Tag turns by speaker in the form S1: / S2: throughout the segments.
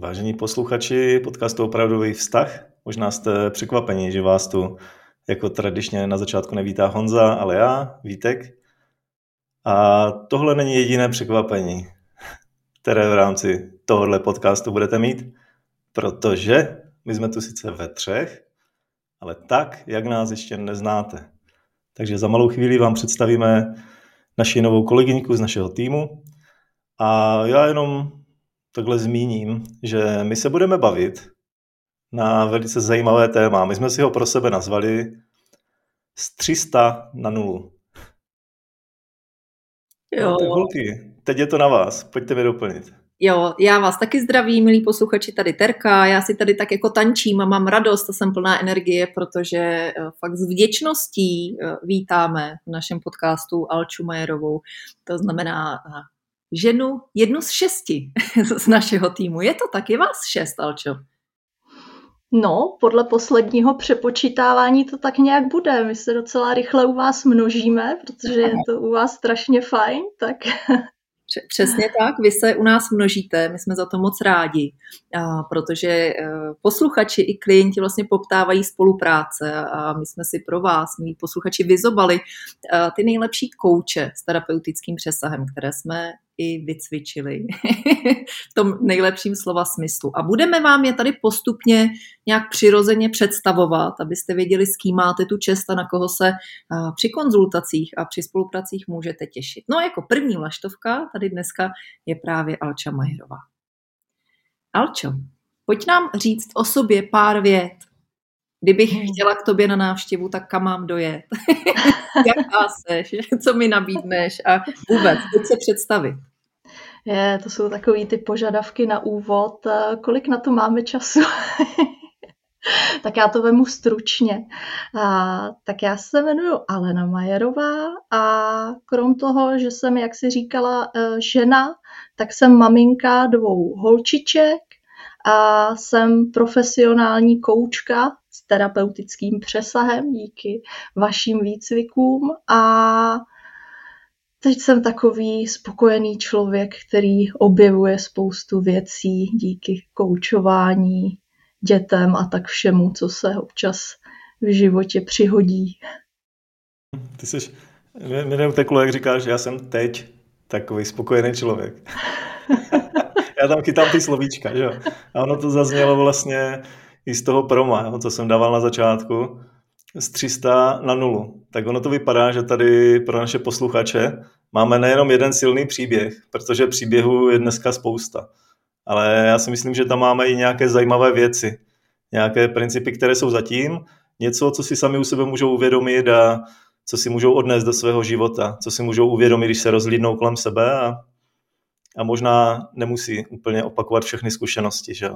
S1: Vážení posluchači podcastu Opravdový vztah, možná jste překvapeni, že vás tu jako tradičně na začátku nevítá Honza, ale já, Vítek. A tohle není jediné překvapení, které v rámci tohohle podcastu budete mít, protože my jsme tu sice ve třech, ale tak, jak nás ještě neznáte. Takže za malou chvíli vám představíme naši novou kolegyňku z našeho týmu a já jenom takhle zmíním, že my se budeme bavit na velice zajímavé téma. My jsme si ho pro sebe nazvali z 300 na 0.
S2: Jo.
S1: No, tak holky, teď je to na vás, pojďte mi doplnit.
S2: Jo, já vás taky zdravím, milí posluchači, tady Terka, já si tady tak jako tančím a mám radost a jsem plná energie, protože fakt s vděčností vítáme v našem podcastu Alču Majerovou, to znamená ženu 1 z 6 z našeho týmu. Je to tak, je vás 6, Alčo?
S3: No, podle posledního přepočítávání to tak nějak bude. My se docela rychle u vás množíme, protože je to u vás strašně fajn, tak...
S2: Přesně tak, vy se u nás množíte, my jsme za to moc rádi, protože posluchači i klienti vlastně poptávají spolupráce a my jsme si pro vás, milí posluchači, vyzobali ty nejlepší kouče s terapeutickým přesahem, které jsme i vycvičili v tom nejlepším slova smyslu. A budeme vám je tady postupně nějak přirozeně představovat, abyste věděli, s kým máte tu čest a na koho se při konzultacích a při spolupracích můžete těšit. No jako první vlaštovka tady dneska je právě Alča Majerová. Alčo, pojď nám říct o sobě pár vět. Kdybych chtěla k tobě na návštěvu, tak kam mám dojet? Jaká seš? Co mi nabídneš? A vůbec, pojď se představit.
S3: To jsou takový ty požadavky na úvod. Kolik na to máme času? Tak já to vemu stručně. Tak já se jmenuji Alena Majerová a krom toho, že jsem, jak jsi říkala, žena, tak jsem maminka 2 holčiček a jsem profesionální koučka s terapeutickým přesahem díky vašim výcvikům a teď jsem takový spokojený člověk, který objevuje spoustu věcí díky koučování dětem a tak všemu, co se občas v životě přihodí.
S1: Ty jsi, mě neuteklo, jak říkáš, já jsem teď takový spokojený člověk. Já tam chytám ty slovíčka, že jo. A ono to zaznělo vlastně i z toho proma, jo, co jsem dával na začátku, z 300 na 0. Tak ono to vypadá, že tady pro naše posluchače máme nejenom jeden silný příběh, protože příběhů je dneska spousta. Ale já si myslím, že tam máme i nějaké zajímavé věci, nějaké principy, které jsou zatím, něco, co si sami u sebe můžou uvědomit a co si můžou odnést do svého života, co si můžou uvědomit, když se rozhlídnou kolem sebe a možná nemusí úplně opakovat všechny zkušenosti, že jo.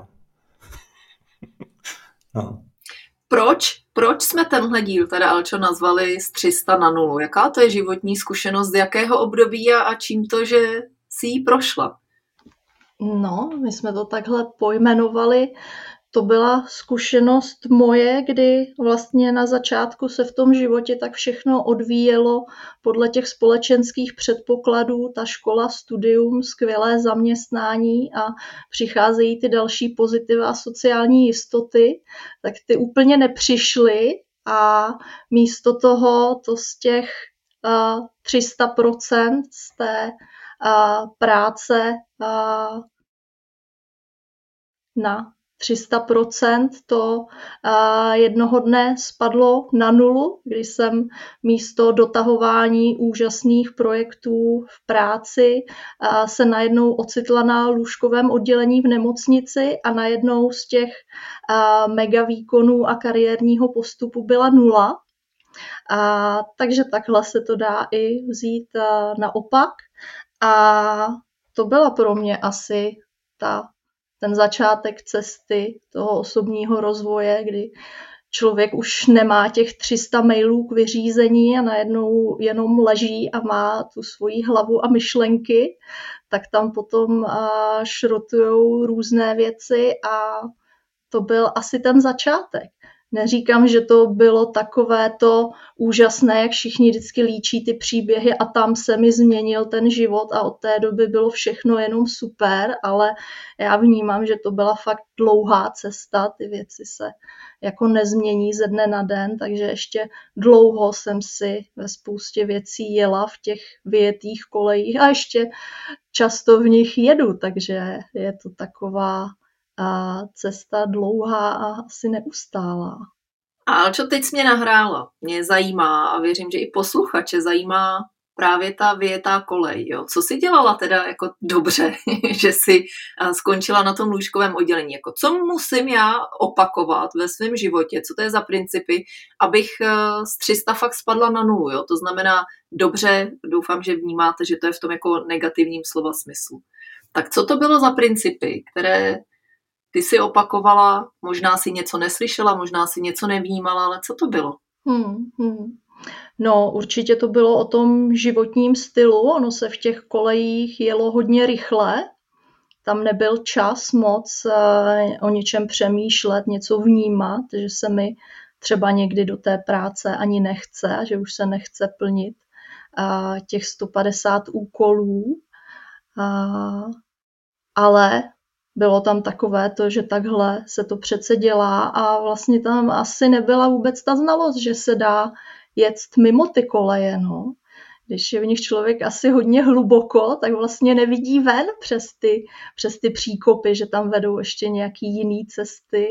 S1: No.
S2: Proč jsme tenhle díl teda, Alčo, nazvali z 300 na 0? Jaká to je životní zkušenost, z jakého období a čím to, že si ji prošla?
S3: No, my jsme to takhle pojmenovali. To byla zkušenost moje, kdy vlastně na začátku se v tom životě tak všechno odvíjelo podle těch společenských předpokladů, ta škola, studium, skvělé zaměstnání a přicházejí ty další pozitiva a sociální jistoty, tak ty úplně nepřišly a místo toho to z těch 300% z té práce na 300% to jednoho dne spadlo na 0, kdy jsem místo dotahování úžasných projektů v práci se najednou ocitla na lůžkovém oddělení v nemocnici a najednou z těch mega výkonů a kariérního postupu byla 0. Takže takhle se to dá i vzít naopak. A to byla pro mě asi ten začátek cesty toho osobního rozvoje, kdy člověk už nemá těch 300 mailů k vyřízení a najednou jenom leží a má tu svoji hlavu a myšlenky, tak tam potom šrotujou různé věci a to byl asi ten začátek. Neříkám, že to bylo takové to úžasné, jak všichni vždycky líčí ty příběhy a tam se mi změnil ten život a od té doby bylo všechno jenom super, ale já vnímám, že to byla fakt dlouhá cesta, ty věci se jako nezmění ze dne na den, takže ještě dlouho jsem si ve spoustě věcí jela v těch vyjetých kolejích a ještě často v nich jedu, takže je to taková cesta dlouhá a asi neustálá.
S2: A co teď jsi mě nahrála? Mě zajímá a věřím, že i posluchače zajímá právě ta vyjetá kolej. Jo? Co jsi dělala teda jako dobře, že jsi skončila na tom lůžkovém oddělení? Jako, co musím já opakovat ve svém životě? Co to je za principy, abych z 300 fakt spadla na 0? Jo? To znamená dobře, doufám, že vnímáte, že to je v tom jako negativním slova smyslu. Tak co to bylo za principy, které ty si opakovala, možná si něco neslyšela, možná si něco nevnímala, ale co to bylo?
S3: No, určitě to bylo o tom životním stylu. Ono se v těch kolejích jelo hodně rychle. Tam nebyl čas moc o něčem přemýšlet, něco vnímat, že se mi třeba někdy do té práce ani nechce, že už se nechce plnit těch 150 úkolů. Ale bylo tam takové to, že takhle se to přece dělá a vlastně tam asi nebyla vůbec ta znalost, že se dá jet mimo ty koleje. No. Když je v nich člověk asi hodně hluboko, tak vlastně nevidí ven přes ty příkopy, že tam vedou ještě nějaký jiný cesty.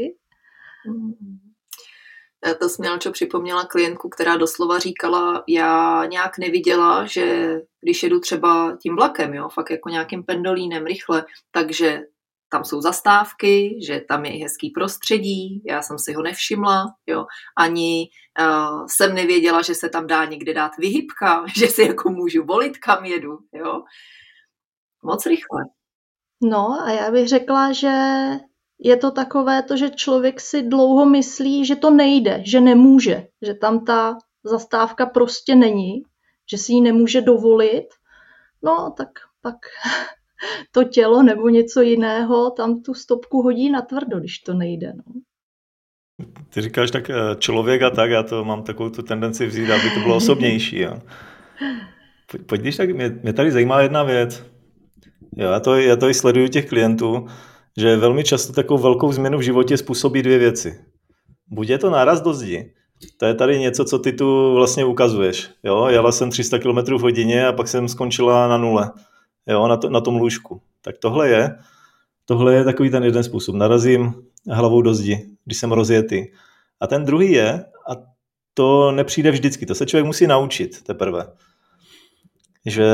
S2: To jsi měla, čo připomněla klientku, která doslova říkala, já nějak neviděla, že když jedu třeba tím vlakem, jo, fakt jako nějakým pendolínem rychle, takže tam jsou zastávky, že tam je i hezký prostředí, já jsem si ho nevšimla, jo, ani jsem nevěděla, že se tam dá někde dát vyhybka, že si jako můžu volit, kam jedu, jo. Moc rychle.
S3: No a já bych řekla, že je to takové to, že člověk si dlouho myslí, že to nejde, že nemůže, že tam ta zastávka prostě není, že si ji nemůže dovolit, no tak pak to tělo nebo něco jiného tam tu stopku hodí na tvrdo, když to nejde. No.
S1: Ty říkáš tak člověk a tak, já to mám takovou tu tendenci vzít, aby to bylo osobnější. Jo. Pojď, když tak, mě tady zajímá jedna věc. Jo, já to i sleduju těch klientů, že velmi často takovou velkou změnu v životě způsobí dvě věci. Buď je to náraz do zdi, to je tady něco, co ty tu vlastně ukazuješ. Jo? Jela jsem 300 km v hodině a pak jsem skončila na 0, jo? Na tom lůžku. Tak tohle je takový ten jeden způsob. Narazím hlavou do zdi, když jsem rozjetý. A ten druhý je, a to nepřijde vždycky, to se člověk musí naučit teprve, že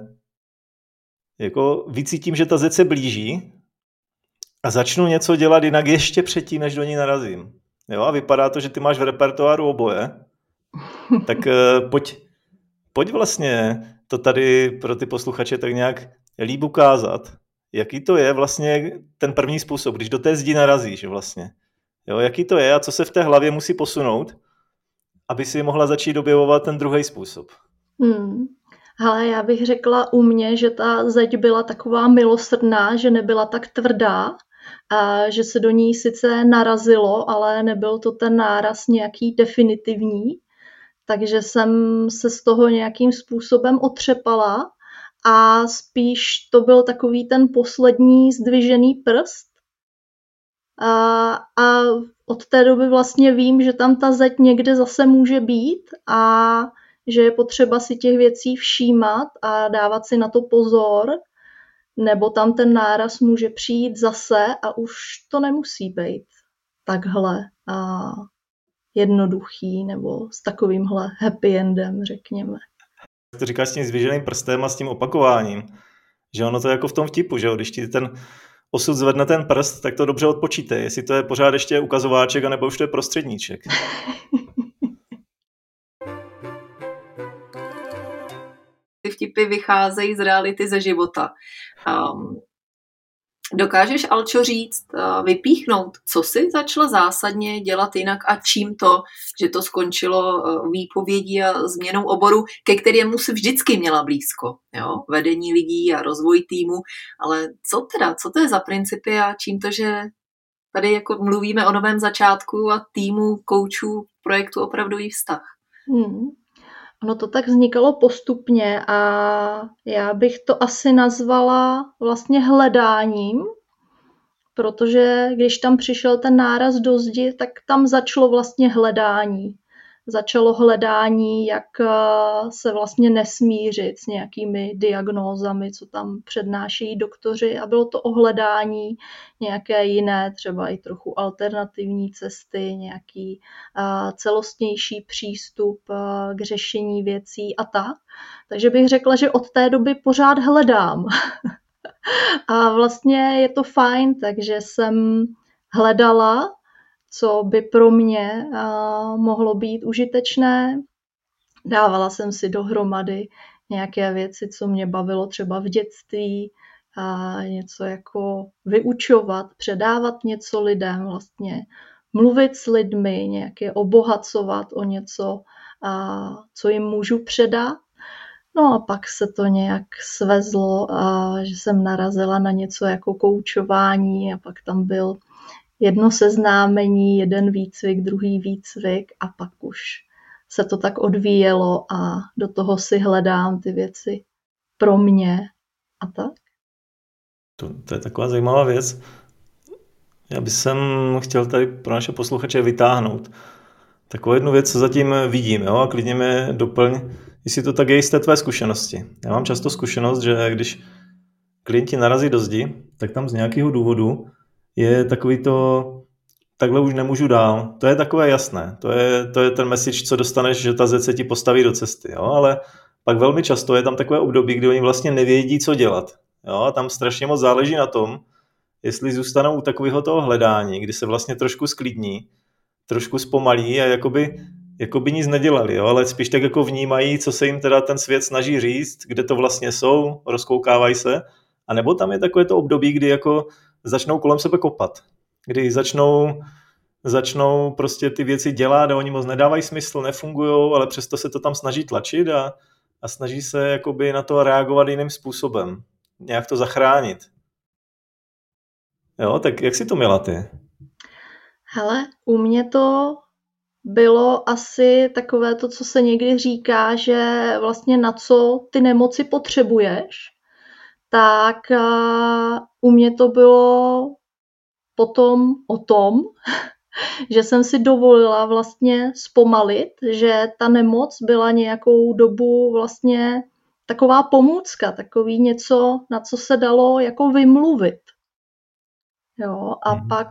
S1: jako vycítím, že ta zeď se blíží a začnu něco dělat jinak ještě předtím, než do ní narazím. Jo, a vypadá to, že ty máš v repertoáru oboje, tak pojď vlastně to tady pro ty posluchače tak nějak líp ukázat, jaký to je vlastně ten první způsob, když do té zdi narazíš vlastně. Jo, jaký to je a co se v té hlavě musí posunout, aby si mohla začít objevovat ten druhý způsob.
S3: Ale já bych řekla u mě, že ta zeď byla taková milosrdná, že nebyla tak tvrdá, a že se do ní sice narazilo, ale nebyl to ten náraz nějaký definitivní, takže jsem se z toho nějakým způsobem otřepala a spíš to byl takový ten poslední zdvižený prst. A od té doby vlastně vím, že tam ta zeď někde zase může být a že je potřeba si těch věcí všímat a dávat si na to pozor, nebo tam ten náraz může přijít zase a už to nemusí být takhle jednoduchý nebo s takovýmhle happy endem, řekněme.
S1: To říkáš s tím zdviženým prstem a s tím opakováním, že ono to je jako v tom vtipu, že když ti ten osud zvedne ten prst, tak to dobře odpočítej, jestli to je pořád ještě ukazováček, anebo už to je prostředníček.
S2: Ty vtipy vycházejí z reality ze života. Dokážeš, Alčo, říct, vypíchnout, co jsi začala zásadně dělat jinak a čím to, že to skončilo výpovědí a změnou oboru, ke kterému si vždycky měla blízko, jo? Vedení lidí a rozvoj týmu, ale co to je za principy a čím to, že Tady jako mluvíme o novém začátku a týmu koučů projektu Opravdový vztah.
S3: Ono to tak vznikalo postupně a já bych to asi nazvala vlastně hledáním, protože když tam přišel ten náraz do zdi, tak tam začalo vlastně hledání. Začalo hledání, jak se vlastně nesmířit s nějakými diagnózami, co tam přednášejí doktoři, a bylo to o hledání nějaké jiné, třeba i trochu alternativní cesty, nějaký celostnější přístup k řešení věcí a tak. Takže bych řekla, že od té doby pořád hledám. A vlastně je to fajn, takže jsem hledala, co by pro mě mohlo být užitečné. Dávala jsem si dohromady nějaké věci, co mě bavilo třeba v dětství, něco jako vyučovat, předávat něco lidem, vlastně mluvit s lidmi, nějaké obohacovat o něco, co jim můžu předat. No a pak se to nějak svezlo, že jsem narazila na něco jako koučování a pak tam byl jedno seznámení, jeden výcvik, druhý výcvik a pak už se to tak odvíjelo a do toho si hledám ty věci pro mě a tak.
S1: To je taková zajímavá věc. Já bych chtěl tady pro naše posluchače vytáhnout takovou jednu věc, co zatím vidím, jo? A klidně mě doplň, jestli to tak je z té tvé zkušenosti. Já mám často zkušenost, že když klienti narazí do zdi, tak tam z nějakého důvodu je takový to, takhle už nemůžu dál. To je takové jasné. To je ten message, co dostaneš, že ta zeď se ti postaví do cesty. Jo? Ale pak velmi často je tam takové období, kdy oni vlastně nevědí, co dělat. Jo? A tam strašně moc záleží na tom, jestli zůstanou u takového toho hledání, kdy se vlastně trošku sklidní, trošku zpomalí a jakoby nic nedělali, jo? Ale spíš tak jako vnímají, co se jim teda ten svět snaží říct, kde to vlastně jsou, rozkoukávají se. A nebo tam je takové to období, kdy jako začnou kolem sebe kopat. Kdy začnou prostě ty věci dělat a oni moc nedávají smysl, nefungujou, ale přesto se to tam snaží tlačit a snaží se jakoby na to reagovat jiným způsobem. Nějak to zachránit. Jo, tak jak jsi to měla ty?
S3: Hele, u mě to bylo asi takové to, co se někdy říká, že vlastně na co ty nemoci potřebuješ, tak u mě to bylo potom o tom, že jsem si dovolila vlastně zpomalit, že ta nemoc byla nějakou dobu vlastně taková pomůcka, takový něco, na co se dalo jako vymluvit. Jo, a pak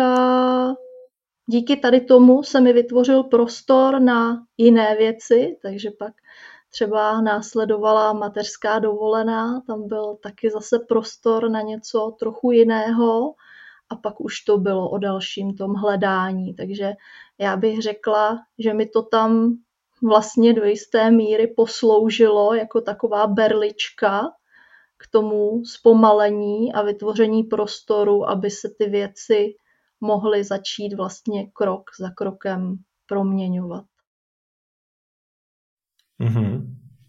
S3: díky tady tomu se mi vytvořil prostor na jiné věci, takže pak třeba následovala mateřská dovolená, tam byl taky zase prostor na něco trochu jiného a pak už to bylo o dalším tom hledání. Takže já bych řekla, že mi to tam vlastně do jisté míry posloužilo jako taková berlička k tomu zpomalení a vytvoření prostoru, aby se ty věci mohly začít vlastně krok za krokem proměňovat.
S1: Mm-hmm.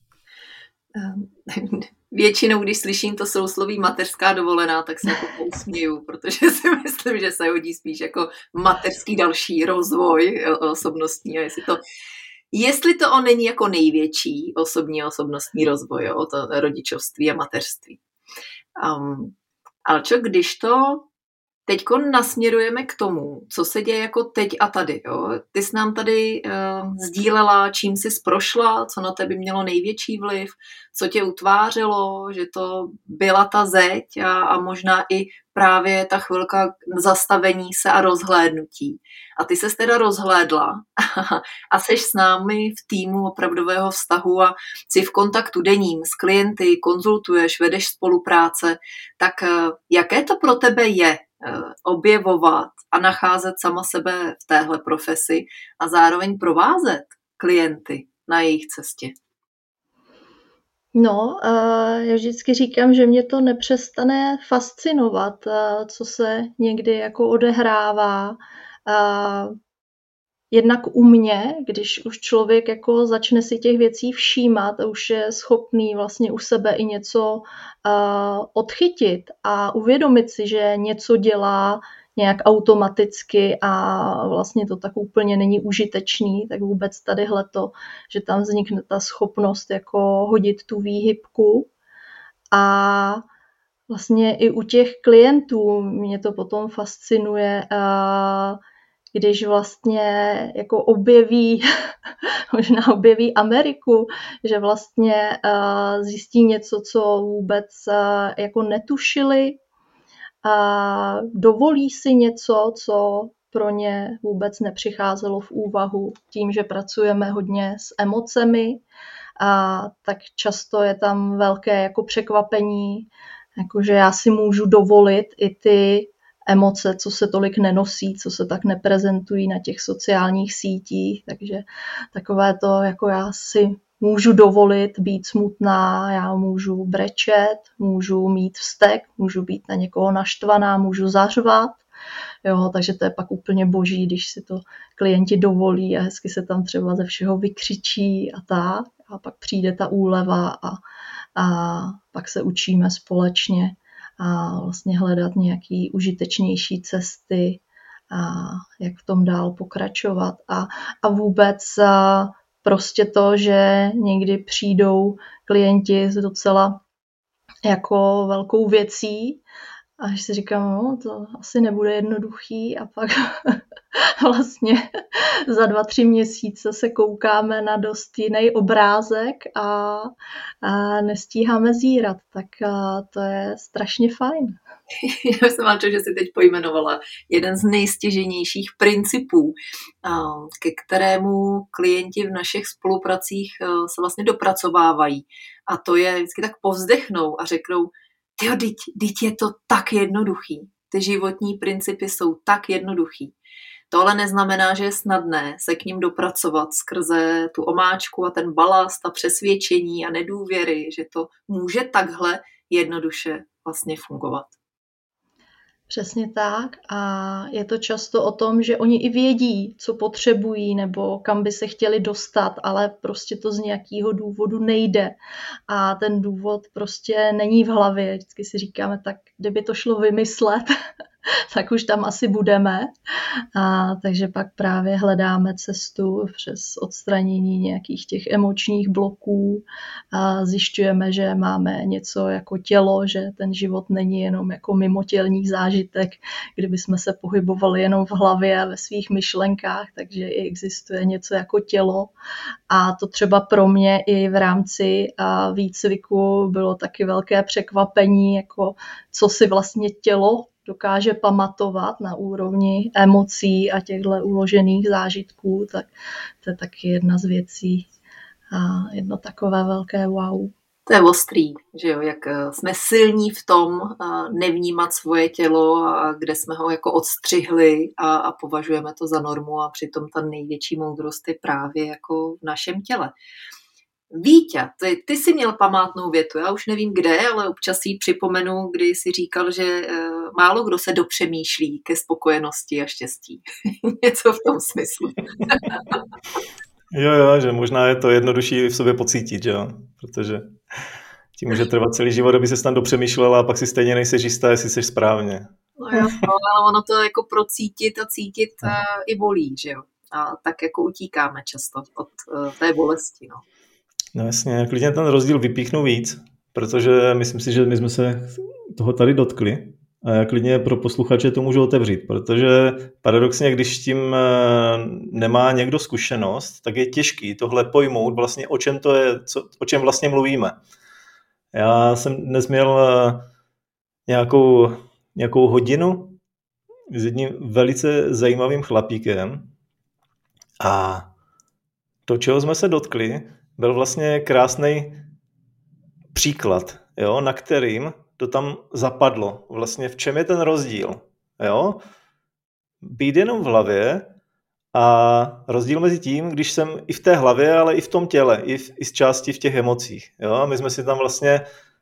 S2: Většinou, když slyším to sousloví mateřská dovolená, tak se jako pousměju, protože si myslím, že se hodí spíš jako mateřský další rozvoj osobnostní. A jestli to on není jako největší osobnostní rozvoj, jo, to rodičovství a mateřství. Ale když to teďko nasměrujeme k tomu, co se děje jako teď a tady. Jo? Ty jsi nám tady sdílela, čím jsi prošla, co na tebe mělo největší vliv, co tě utvářelo, že to byla ta zeď a možná i právě ta chvilka zastavení se a rozhlédnutí. A ty ses teda rozhlédla a seš s námi v týmu opravdového vztahu a jsi v kontaktu denním s klienty, konzultuješ, vedeš spolupráce. Tak jaké to pro tebe je objevovat a nacházet sama sebe v téhle profesi a zároveň provázet klienty na jejich cestě?
S3: No, já vždycky říkám, že mě to nepřestane fascinovat, co se někdy jako odehrává. Jednak u mě, když už člověk jako začne si těch věcí všímat a už je schopný vlastně u sebe i něco odchytit a uvědomit si, že něco dělá nějak automaticky a vlastně to tak úplně není užitečný, tak vůbec tadyhleto, že tam vznikne ta schopnost jako hodit tu výhybku. A vlastně i u těch klientů mě to potom fascinuje, když vlastně jako možná objeví Ameriku, že vlastně zjistí něco, co vůbec jako netušili, dovolí si něco, co pro ně vůbec nepřicházelo v úvahu. Tím, že pracujeme hodně s emocemi, tak často je tam velké jako překvapení, jakože já si můžu dovolit i ty emoce, co se tolik nenosí, co se tak neprezentují na těch sociálních sítích, takže takové to, jako já si můžu dovolit být smutná, já můžu brečet, můžu mít vztek, můžu být na někoho naštvaná, můžu zařvat, jo, takže to je pak úplně boží, když si to klienti dovolí a hezky se tam třeba ze všeho vykřičí a tak, a pak přijde ta úleva a pak se učíme společně a vlastně hledat nějaký užitečnější cesty a jak v tom dál pokračovat a vůbec prostě to, že někdy přijdou klienti s docela jako velkou věcí a když si říkám, no to asi nebude jednoduchý a pak vlastně za 2-3 měsíce se koukáme na dost jiný obrázek a nestíháme zírat, tak to je strašně fajn.
S2: Já jsem vám že jsi teď pojmenovala jeden z nejstěžejnějších principů, ke kterému klienti v našich spolupracích se vlastně dopracovávají. A to je vždycky tak povzdechnou a řeknou, teď je to tak jednoduchý. Ty životní principy jsou tak jednoduchý. To ale neznamená, že je snadné se k ním dopracovat skrze tu omáčku a ten balast a přesvědčení a nedůvěry, že to může takhle jednoduše vlastně fungovat.
S3: Přesně tak a je to často o tom, že oni i vědí, co potřebují nebo kam by se chtěli dostat, ale prostě to z nějakého důvodu nejde a ten důvod prostě není v hlavě. Vždycky si říkáme, tak kdyby to šlo vymyslet, tak už tam asi budeme. Takže pak právě hledáme cestu přes odstranění nějakých těch emočních bloků a zjišťujeme, že máme něco jako tělo, že ten život není jenom jako mimotělní zážitek, kdyby jsme se pohybovali jenom v hlavě a ve svých myšlenkách, takže i existuje něco jako tělo. A to třeba pro mě i v rámci výcviku bylo taky velké překvapení, jako co si vlastně tělo dokáže pamatovat na úrovni emocí a těchto uložených zážitků, tak to je taky jedna z věcí a jedno takové velké wow.
S2: To je ostrý, že jo, jak jsme silní v tom nevnímat svoje tělo a kde jsme ho jako odstřihli a považujeme to za normu a přitom ta největší moudrost je právě jako v našem těle. Víťa, ty jsi měl památnou větu, já už nevím kde, ale občas ji připomenu, kdy jsi říkal, že málo kdo se dopřemýšlí ke spokojenosti a štěstí. Něco v tom smyslu.
S1: Jo, že možná je to jednodušší v sobě pocítit, jo, protože ti může trvat celý život, aby ses tam dopřemýšlela a pak si stejně nejseš jistá, jestli jsi správně.
S2: No jo, ale ono to jako procítit a cítit i bolí, že jo. A tak jako utíkáme často od té bolesti, no.
S1: No jasně, klidně ten rozdíl vypíchnu víc, protože myslím si, že my jsme se toho tady dotkli a já klidně pro posluchače to můžu otevřít, protože paradoxně, když tím nemá někdo zkušenost, tak je těžký tohle pojmout vlastně, o čem to je, o čem vlastně mluvíme. Já jsem dnes měl nějakou hodinu s jedním velice zajímavým chlapíkem a to, čeho jsme se dotkli, byl vlastně krásný příklad, jo, na kterým to tam zapadlo. Vlastně v čem je ten rozdíl? Jo? Být jenom v hlavě a rozdíl mezi tím, když jsem i v té hlavě, ale i v tom těle, i z části v těch emocích. Jo? A my jsme si tam vlastně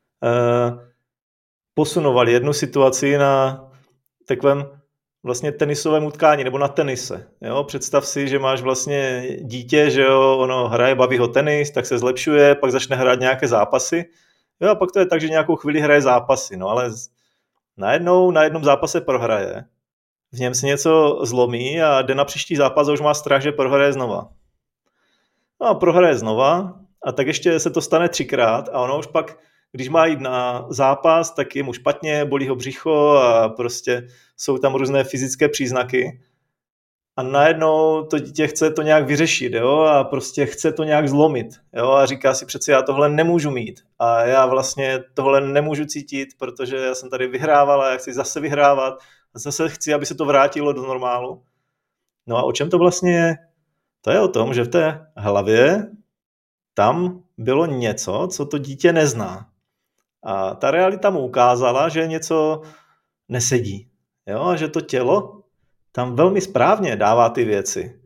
S1: posunovali jednu situaci na takovém vlastně tenisovém utkání nebo na tenise. Jo? Představ si, že máš vlastně dítě, že jo, ono hraje, baví ho tenis, tak se zlepšuje, pak začne hrát nějaké zápasy. Jo, a pak to je tak, že nějakou chvíli hraje zápasy, no ale na jednom zápase prohraje. v něm se něco zlomí a jde na příští zápas a už má strach, že prohraje znova. No a prohraje znova a tak ještě se to stane 3krát a ono už pak, když má jít na zápas, tak je mu špatně, bolí ho břicho a prostě jsou tam různé fyzické příznaky. A najednou to dítě chce to nějak vyřešit, jo, a prostě chce to nějak zlomit, jo, a říká si přece já tohle nemůžu mít a já vlastně tohle nemůžu cítit, protože já jsem tady vyhrával a já chci zase vyhrávat a zase chci, aby se to vrátilo do normálu. No a o čem to vlastně je? To je o tom, že v té hlavě tam bylo něco, co to dítě nezná. A ta realita mu ukázala, že něco nesedí, jo, a že to tělo tam velmi správně dává ty věci,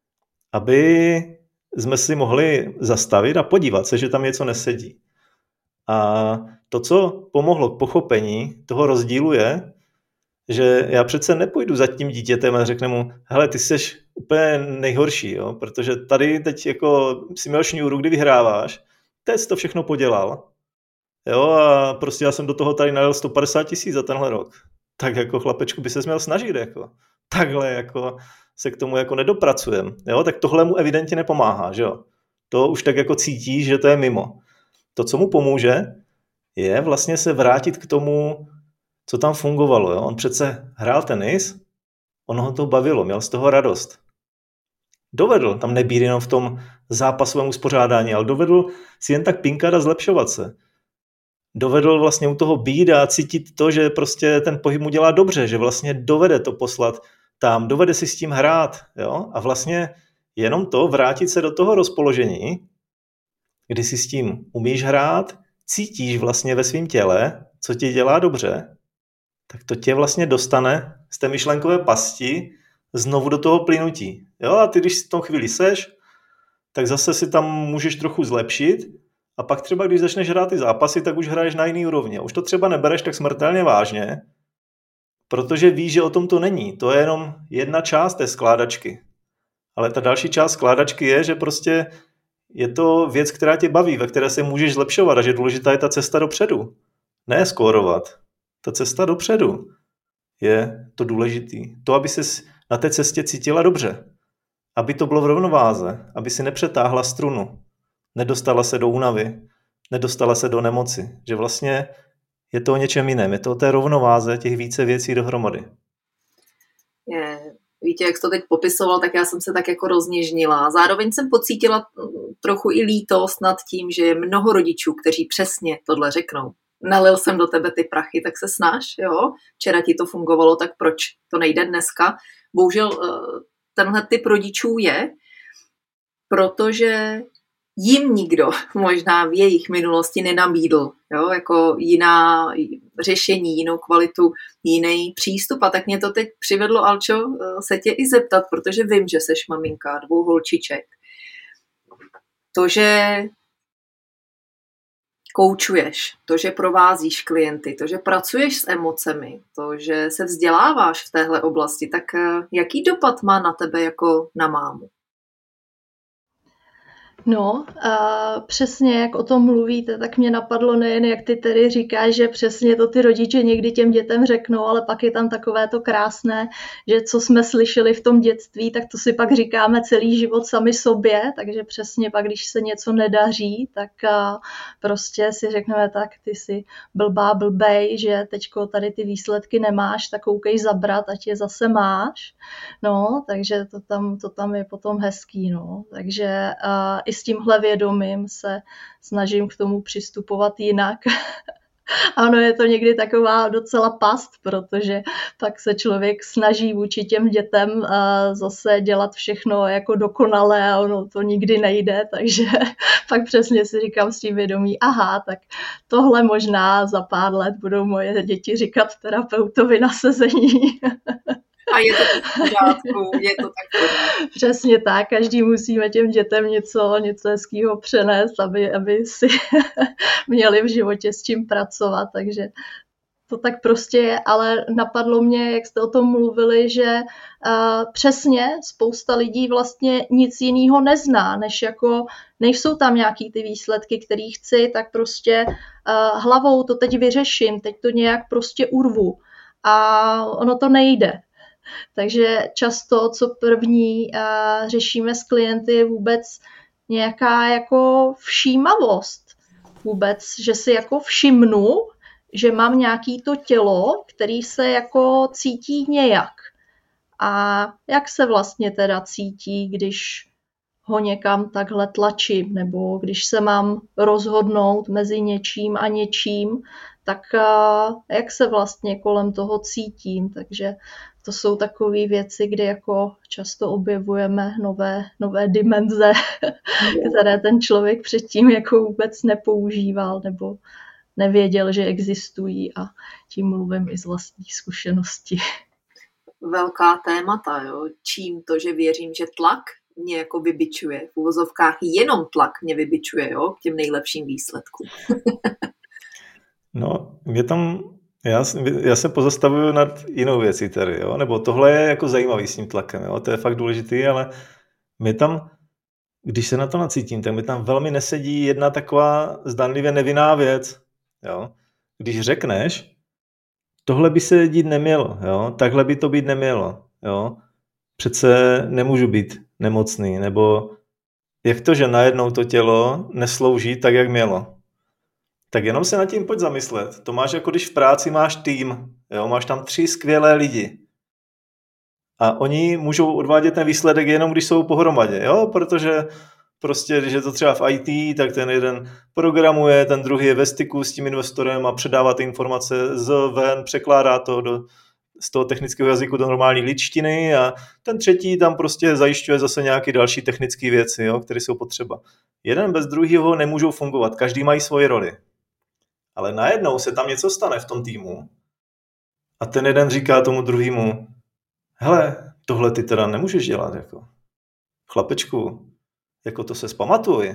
S1: aby jsme si mohli zastavit a podívat se, že tam něco nesedí. A to, co pomohlo k pochopení toho rozdílu je, že já přece nepůjdu za tím dítětem a řeknu mu, hele, ty jsi úplně nejhorší, jo? Protože tady teď jako si měl šňůru, kdy vyhráváš, teď jsi to všechno podělal. Jo? A prostě já jsem do toho tady nalil 150 000 za tenhle rok. Tak jako chlapečku by se měl snažit, jako. Takhle jako se k tomu jako nedopracujem. Jo? Tak tohle mu evidentně nepomáhá, že jo? To už tak jako cítí, že to je mimo. To, co mu pomůže, je vlastně se vrátit k tomu, co tam fungovalo. Jo? On přece hrál tenis, ono ho to bavilo, měl z toho radost. Dovedl tam nebýt jenom v tom zápasovém uspořádání, ale dovedl si jen tak pinkat a zlepšovat se. Dovedl vlastně u toho být a cítit to, že prostě ten pohyb mu dělá dobře, že vlastně dovede to poslat tam, dovede si s tím hrát. Jo? A vlastně jenom to vrátit se do toho rozpoložení, kdy si s tím umíš hrát, cítíš vlastně ve svém těle, co ti dělá dobře, tak to tě vlastně dostane z té myšlenkové pasti znovu do toho plynutí. Jo? A ty, když si v tom chvíli seš, tak zase si tam můžeš trochu zlepšit a pak třeba, když začneš hrát ty zápasy, tak už hraješ na jiný úrovni. Už to třeba nebereš tak smrtelně vážně, protože víš, že o tom to není. To je jenom jedna část té skládačky. Ale ta další část skládačky je, že prostě je to věc, která tě baví, ve které se můžeš zlepšovat a že důležitá je ta cesta dopředu. Ne skórovat. Ta cesta dopředu je to důležitý. To, aby ses na té cestě cítila dobře. Aby to bylo v rovnováze. Aby si nepřetáhla strunu. Nedostala se do únavy. Nedostala se do nemoci. Že vlastně je to o něčem jiném. Je to o té rovnováze těch více věcí dohromady.
S2: Víte, jak jsi to teď popisoval, tak já jsem se tak jako rozněžnila. Zároveň jsem pocítila trochu i lítost nad tím, že je mnoho rodičů, kteří přesně tohle řeknou. Nalil jsem do tebe ty prachy, tak se snaž, jo? Včera ti to fungovalo, tak proč to nejde dneska? Bohužel tenhle typ rodičů je, protože jim nikdo možná v jejich minulosti nenabídl, jo? Jako jiná řešení, jinou kvalitu, jiný přístup. A tak mě to teď přivedlo, Alčo, se tě i zeptat, protože vím, že seš maminka 2 holčiček. To, že koučuješ, to, že provázíš klienty, to, že pracuješ s emocemi, to, že se vzděláváš v téhle oblasti, tak jaký dopad má na tebe jako na mámu?
S3: No, přesně jak o tom mluvíte, tak mě napadlo nejen, jak ty tedy říkáš, že přesně to ty rodiče někdy těm dětem řeknou, ale pak je tam takové to krásné, že co jsme slyšeli v tom dětství, tak to si pak říkáme celý život sami sobě, takže přesně pak, když se něco nedaří, tak prostě si řekneme tak, ty jsi blbej, že teďko tady ty výsledky nemáš, tak koukej zabrat, ať je zase máš. No, takže to tam je potom hezký, no. Takže i s tímhle vědomím se snažím k tomu přistupovat jinak. Ano, je to někdy taková docela past, protože pak se člověk snaží vůči těm dětem zase dělat všechno jako dokonale a ono to nikdy nejde, takže pak přesně si říkám s tím vědomí, aha, tak tohle možná za pár let budou moje děti říkat terapeutovi na sezení.
S2: A je to tak v pořádku, je to tak.
S3: Přesně tak, každý musíme těm dětem něco hezkýho přenést, aby si měli v životě s čím pracovat, takže to tak prostě je, ale napadlo mě, jak jste o tom mluvili, že přesně spousta lidí vlastně nic jiného nezná, než jsou tam nějaký ty výsledky, které chci, tak prostě hlavou to teď vyřeším, teď to nějak prostě urvu a ono to nejde. Takže často, co první řešíme s klienty, je vůbec nějaká jako všímavost. Vůbec, že si jako všimnu, že mám nějaký to tělo, který se jako cítí nějak. A jak se vlastně teda cítí, když ho někam takhle tlačím, nebo když se mám rozhodnout mezi něčím a něčím, tak jak se vlastně kolem toho cítím. Takže to jsou takové věci, kdy jako často objevujeme nové dimenze, které ten člověk předtím jako vůbec nepoužíval nebo nevěděl, že existují, a tím mluvím i z vlastní zkušenosti.
S2: Velká témata, jo? Čím to, že věřím, že tlak mě jako vybičuje. V uvozovkách jenom tlak mě vybičuje, jo? K těm nejlepším výsledkům.
S1: No, já se pozastavuju nad jinou věcí tady, jo? Nebo tohle je jako zajímavý s tím tlakem, jo? To je fakt důležitý, ale my tam, když se na to nacítím, tak mi tam velmi nesedí jedna taková zdánlivě nevinná věc, jo? Když řekneš, tohle by se dít nemělo, jo? Takhle by to být nemělo, jo? Přece nemůžu být nemocný, nebo jak to, že najednou to tělo neslouží tak, jak mělo. Tak jenom se nad tím pojď zamyslet. To máš jako když v práci máš tým, jo? Máš tam 3 skvělé lidi. A oni můžou odvádět ten výsledek jenom, když jsou pohromadě, jo? Protože prostě, když je to třeba v IT, tak ten jeden programuje, ten druhý je ve styku s tím investorem a předává ty informace ven, překládá to z toho technického jazyku do normální lidštiny a ten třetí tam prostě zajišťuje zase nějaké další technické věci, jo, které jsou potřeba. Jeden bez druhého nemůžou fungovat, každý mají svoji roli. Ale najednou se tam něco stane v tom týmu a ten jeden říká tomu druhému, hele, tohle ty teda nemůžeš dělat, jako chlapečku, jako to se zpamatuj.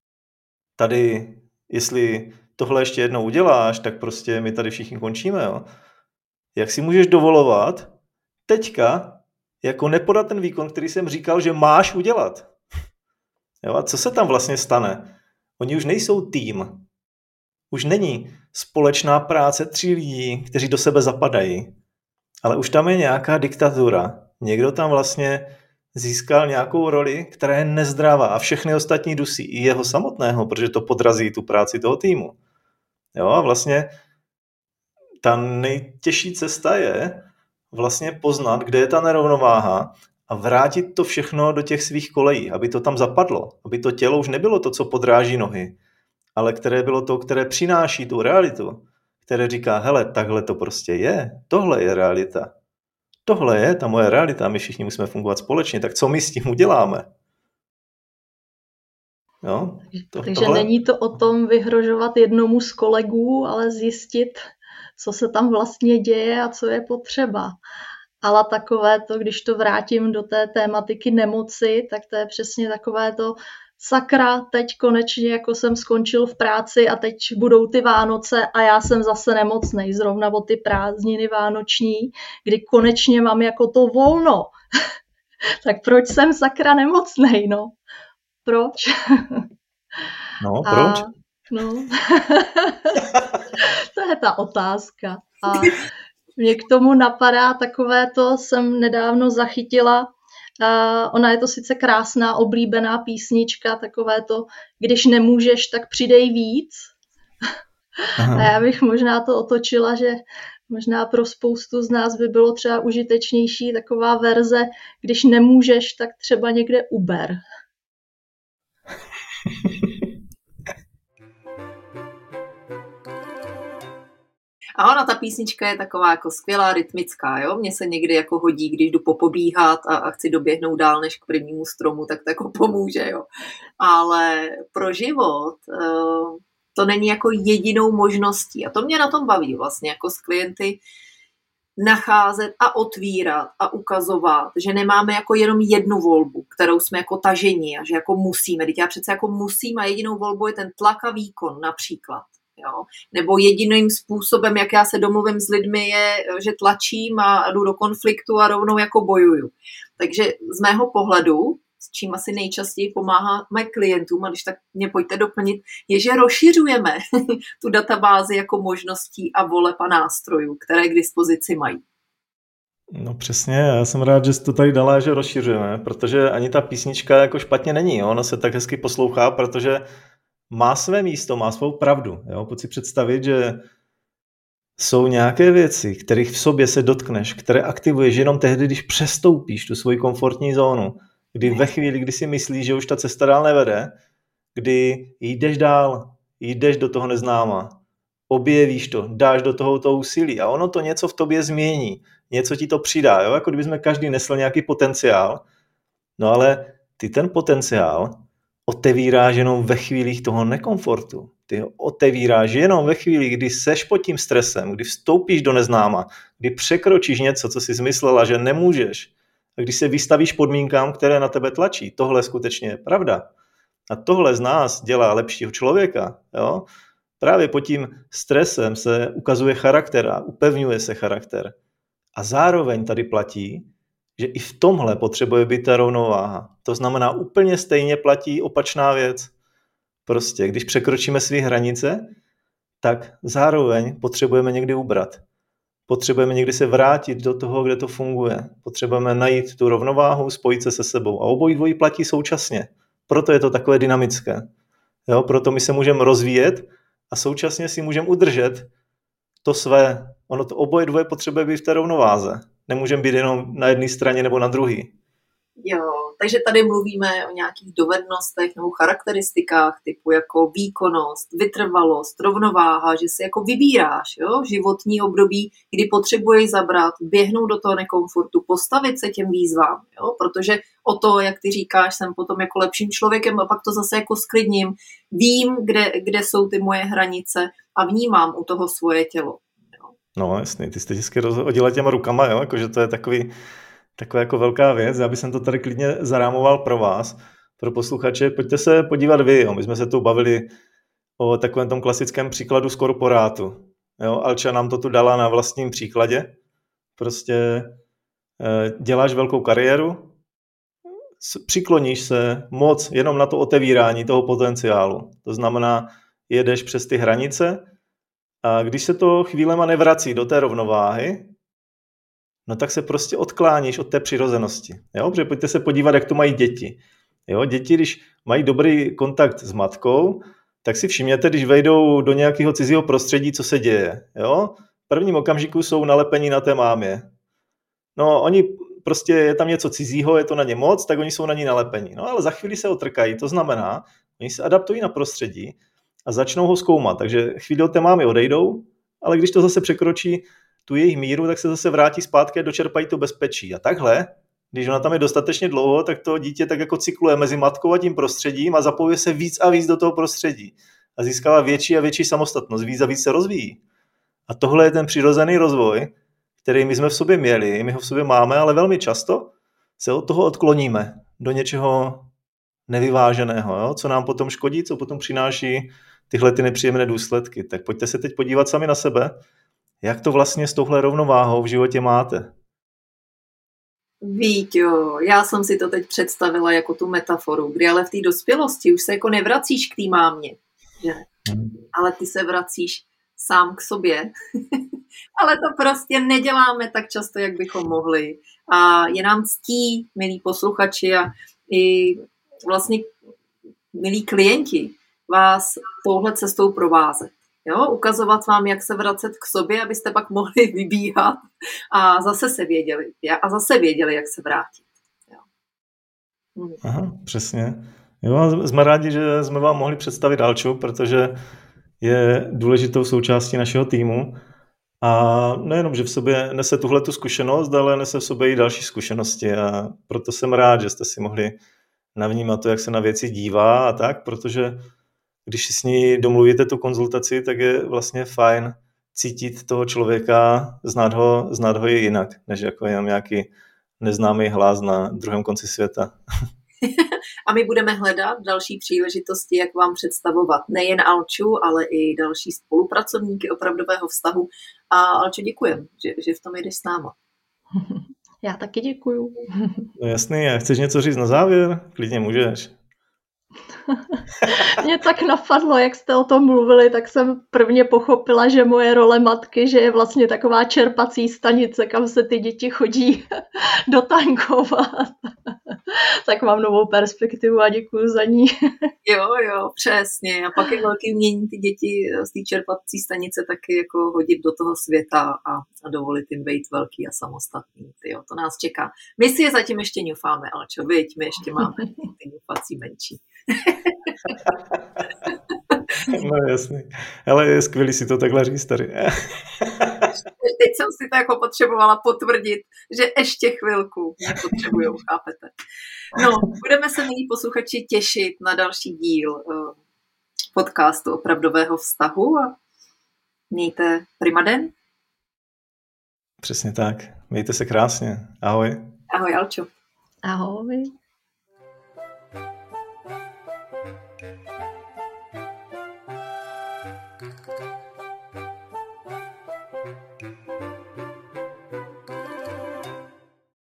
S1: Tady, jestli tohle ještě jednou uděláš, tak prostě my tady všichni končíme, jo. Jak si můžeš dovolovat teďka jako nepodat ten výkon, který jsem říkal, že máš udělat? Jo, a co se tam vlastně stane? Oni už nejsou tým. Už není společná práce 3 lidí, kteří do sebe zapadají. Ale už tam je nějaká diktatura. Někdo tam vlastně získal nějakou roli, která je nezdravá a všechny ostatní dusí. I jeho samotného, protože to podrazí tu práci toho týmu. Jo, a vlastně ta nejtěžší cesta je vlastně poznat, kde je ta nerovnováha a vrátit to všechno do těch svých kolejí, aby to tam zapadlo, aby to tělo už nebylo to, co podráží nohy, ale které bylo to, které přináší tu realitu, které říká, hele, takhle to prostě je, tohle je realita. Tohle je ta moje realita, my všichni musíme fungovat společně, tak co my s tím uděláme? Jo,
S3: Takže
S1: tohle...
S3: není to o tom vyhrožovat jednomu z kolegů, ale zjistit, co se tam vlastně děje a co je potřeba. Ale takové to, když to vrátím do té tématiky nemoci, tak to je přesně takové to, sakra, teď konečně jako jsem skončil v práci a teď budou ty Vánoce a já jsem zase nemocnej, zrovna o ty prázdniny vánoční, kdy konečně mám jako to volno. Tak proč jsem sakra nemocnej, no? Proč?
S1: No, proč?
S3: To je ta otázka. A mě k tomu napadá takové to, jsem nedávno zachytila, ona je to sice krásná, oblíbená písnička, takové to, když nemůžeš, tak přidej víc. Aha. A já bych možná to otočila, že možná pro spoustu z nás by bylo třeba užitečnější taková verze, když nemůžeš, tak třeba někde uber.
S2: A ona, ta písnička je taková jako skvělá, rytmická, jo? Mně se někdy jako hodí, když jdu popobíhat a chci doběhnout dál než k prvnímu stromu, tak to jako pomůže, jo. Ale pro život to není jako jedinou možností. A to mě na tom baví vlastně, jako s klienty nacházet a otvírat a ukazovat, že nemáme jako jenom jednu volbu, kterou jsme jako taženi a že jako musíme. Teď já přece jako musím a jedinou volbou je ten tlak a výkon například. Jo? Nebo jediným způsobem, jak já se domluvím s lidmi, je, že tlačím a jdu do konfliktu a rovnou jako bojuju. Takže z mého pohledu, s čím asi nejčastěji pomáháme klientům, a když tak mě pojďte doplnit, je, že rozšiřujeme tu databázi jako možností a voleb a nástrojů, které k dispozici mají.
S1: No přesně, já jsem rád, že jsi to tady dala, že rozšiřujeme, protože ani ta písnička jako špatně není, jo? Ona se tak hezky poslouchá, protože má své místo, má svou pravdu. Jo? Pojď si představit, že jsou nějaké věci, kterých v sobě se dotkneš, které aktivuješ jenom tehdy, když přestoupíš tu svoji komfortní zónu, kdy ve chvíli, kdy si myslíš, že už ta cesta dál nevede, kdy jdeš dál, jdeš do toho neznáma, objevíš to, dáš do toho to úsilí a ono to něco v tobě změní, něco ti to přidá, jo? Jako kdybychom každý nesl nějaký potenciál, no ale ty ten potenciál otevíráš jenom ve chvílích toho nekomfortu. Ty ho otevíráš jenom ve chvíli, kdy seš pod tím stresem, kdy vstoupíš do neznáma, kdy překročíš něco, co jsi zmyslela, že nemůžeš, a když se vystavíš podmínkám, které na tebe tlačí. Tohle skutečně je pravda. A tohle z nás dělá lepšího člověka. Jo? Právě pod tím stresem se ukazuje charakter a upevňuje se charakter. A zároveň tady platí, že i v tomhle potřebuje být ta rovnováha. To znamená, úplně stejně platí opačná věc. Prostě, když překročíme své hranice, tak zároveň potřebujeme někdy ubrat. Potřebujeme někdy se vrátit do toho, kde to funguje. Potřebujeme najít tu rovnováhu, spojit se se sebou. A obojí dvojí platí současně. Proto je to takové dynamické. Jo? Proto my se můžeme rozvíjet a současně si můžeme udržet to své. Ono to oboje dvoje potřebuje být v té rovnováze. Nemůžeme být jenom na jedné straně nebo na druhé.
S2: Jo, takže tady mluvíme o nějakých dovednostech nebo charakteristikách typu jako výkonnost, vytrvalost, rovnováha, že si jako vybíráš, jo, životní období, kdy potřebuješ zabrat, běhnout do toho nekomfortu, postavit se těm výzvám, jo, protože o to, jak ty říkáš, jsem potom jako lepším člověkem a pak to zase jako sklidním, vím, kde jsou ty moje hranice a vnímám u toho svoje tělo. Jo.
S1: No jasně, ty jste vždycky rozhodila těma rukama, jo, jakože to je taková jako velká věc. Já bych to tady klidně zarámoval pro vás, pro posluchače. Pojďte se podívat vy. Jo. My jsme se tu bavili o takovém tom klasickém příkladu z korporátu. Jo. Alča nám to tu dala na vlastním příkladě. Prostě děláš velkou kariéru, přikloníš se moc jenom na to otevírání toho potenciálu. To znamená, jedeš přes ty hranice a když se to chvílema nevrací do té rovnováhy, no tak se prostě odkláníš od té přirozenosti. Jo? Protože pojďte se podívat, jak to mají děti. Jo? Děti, když mají dobrý kontakt s matkou, tak si všimněte, když vejdou do nějakého cizího prostředí, co se děje. Jo? V prvním okamžiku jsou nalepení na té mámě. No, oni prostě je tam něco cizího, je to na ně moc, tak oni jsou na ní nalepení. No, ale za chvíli se otrkají, to znamená, oni se adaptují na prostředí a začnou ho zkoumat. Takže chvíli od té mámy odejdou, ale když to zase překročí tu jejich míru, tak se zase vrátí zpátky a dočerpají to bezpečí. A takhle, když ona tam je dostatečně dlouho, tak to dítě tak jako cykluje mezi matkou a tím prostředím a zapojuje se víc a víc do toho prostředí. A získává větší a větší samostatnost, víc a víc se rozvíjí. A tohle je ten přirozený rozvoj, který my jsme v sobě měli, my ho v sobě máme, ale velmi často se od toho odkloníme do něčeho nevyváženého, jo? Co nám potom škodí, co potom přináší tyhle ty nepříjemné důsledky. Tak pojďte se teď podívat sami na sebe, jak to vlastně s touhle rovnováhou v životě máte.
S2: Víťo, já jsem si to teď představila jako tu metaforu, kdy ale v té dospělosti už se jako nevracíš k té mámě, že? Ale ty se vracíš sám k sobě. Ale to prostě neděláme tak často, jak bychom mohli. A je nám ctí, milí posluchači a i vlastně milí klienti, vás touhle cestou provázet. Jo? Ukazovat vám, jak se vracet k sobě, abyste pak mohli vybíhat a zase věděli, jak se vrátit. Jo.
S1: Aha, přesně. Jo, jsme rádi, že jsme vám mohli představit Alču, protože je důležitou součástí našeho týmu. A nejenom, že v sobě nese tuhletu zkušenost, ale nese v sobě i další zkušenosti. A proto jsem rád, že jste si mohli navnímat to, jak se na věci dívá a tak, protože když si s ní domluvíte tu konzultaci, tak je vlastně fajn cítit toho člověka, znát ho i jinak, než jako jenom nějaký neznámý hlas na druhém konci světa.
S2: A my budeme hledat další příležitosti, jak vám představovat nejen Alču, ale i další spolupracovníky opravdového vztahu. A Alčo, děkujem, že v tom jdeš s náma.
S3: Já taky děkuju.
S1: No jasný, a chceš něco říct na závěr? Klidně můžeš.
S3: Mě tak napadlo, jak jste o tom mluvili, tak jsem prvně pochopila, že moje role matky, že je vlastně taková čerpací stanice, kam se ty děti chodí dotankovat. Tak mám novou perspektivu a děkuju za ní.
S2: Jo, přesně. A pak je velký umění ty děti z té čerpací stanice taky jako hodit do toho světa a dovolit jim být velký a samostatný. Tyjo, to nás čeká. My si je zatím ještě ňufáme, Alčo, viď? My ještě máme ty ňufací menší.
S1: No jasný. Ale je skvělý si to takhle říct tady.
S2: Teď jsem si to jako potřebovala potvrdit, že ještě chvilku mě potřebujou, chápete? No, budeme se, milí posluchači, těšit na další díl podcastu Opravdového vztahu a mějte prima den.
S1: Přesně tak. Mějte se krásně. Ahoj.
S2: Ahoj, Alčo.
S3: Ahoj.